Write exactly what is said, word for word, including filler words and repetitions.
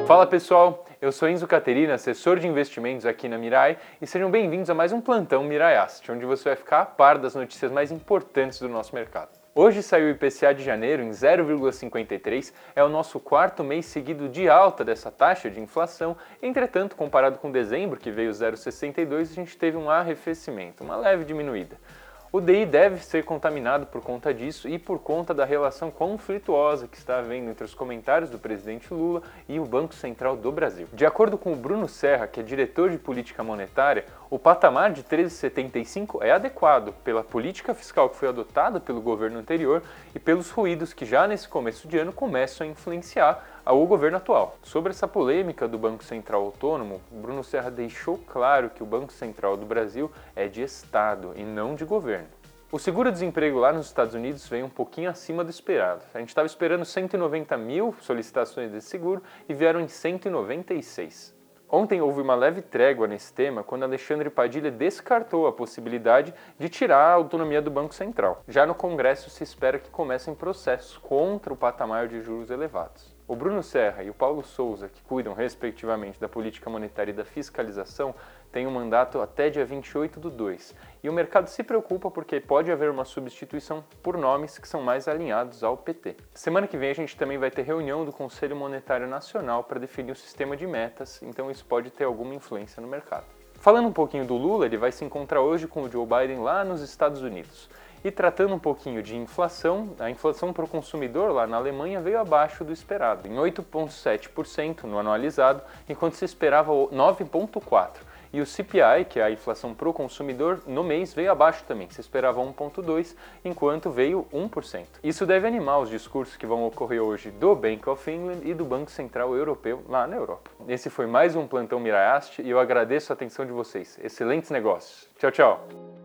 Fala pessoal, eu sou Enzo Caterina, assessor de investimentos aqui na Mirai e sejam bem-vindos a mais um Plantão Mirai Asset, onde você vai ficar a par das notícias mais importantes do nosso mercado. Hoje saiu o I P C A de janeiro em zero vírgula cinquenta e três, é o nosso quarto mês seguido de alta dessa taxa de inflação, entretanto, comparado com dezembro, que veio zero vírgula sessenta e dois, a gente teve um arrefecimento, uma leve diminuída. O D I deve ser contaminado por conta disso e por conta da relação conflituosa que está havendo entre os comentários do presidente Lula e o Banco Central do Brasil. De acordo com o Bruno Serra, que é diretor de política monetária, o patamar de treze vírgula setenta e cinco é adequado pela política fiscal que foi adotada pelo governo anterior e pelos ruídos que já nesse começo de ano começam a influenciar o governo atual. Sobre essa polêmica do Banco Central Autônomo, Bruno Serra deixou claro que o Banco Central do Brasil é de Estado e não de governo. O seguro-desemprego lá nos Estados Unidos veio um pouquinho acima do esperado. A gente estava esperando cento e noventa mil solicitações desse seguro e vieram em cento e noventa e seis. Ontem houve uma leve trégua nesse tema quando Alexandre Padilha descartou a possibilidade de tirar a autonomia do Banco Central. Já no Congresso se espera que comecem processos contra o patamar de juros elevados. O Bruno Serra e o Paulo Souza, que cuidam respectivamente da política monetária e da fiscalização, têm um mandato até dia vinte e oito do dois. E o mercado se preocupa porque pode haver uma substituição por nomes que são mais alinhados ao P T. Semana que vem a gente também vai ter reunião do Conselho Monetário Nacional para definir o sistema de metas, então isso pode ter alguma influência no mercado. Falando um pouquinho do Lula, ele vai se encontrar hoje com o Joe Biden lá nos Estados Unidos. E tratando um pouquinho de inflação, a inflação para o consumidor lá na Alemanha veio abaixo do esperado, em oito vírgula sete por cento no anualizado, enquanto se esperava nove vírgula quatro por cento. E o C P I, que é a inflação para o consumidor, no mês veio abaixo também, se esperava um vírgula dois por cento, enquanto veio um por cento. Isso deve animar os discursos que vão ocorrer hoje do Bank of England e do Banco Central Europeu lá na Europa. Esse foi mais um Plantão Mirai Asset e eu agradeço a atenção de vocês. Excelentes negócios. Tchau, tchau!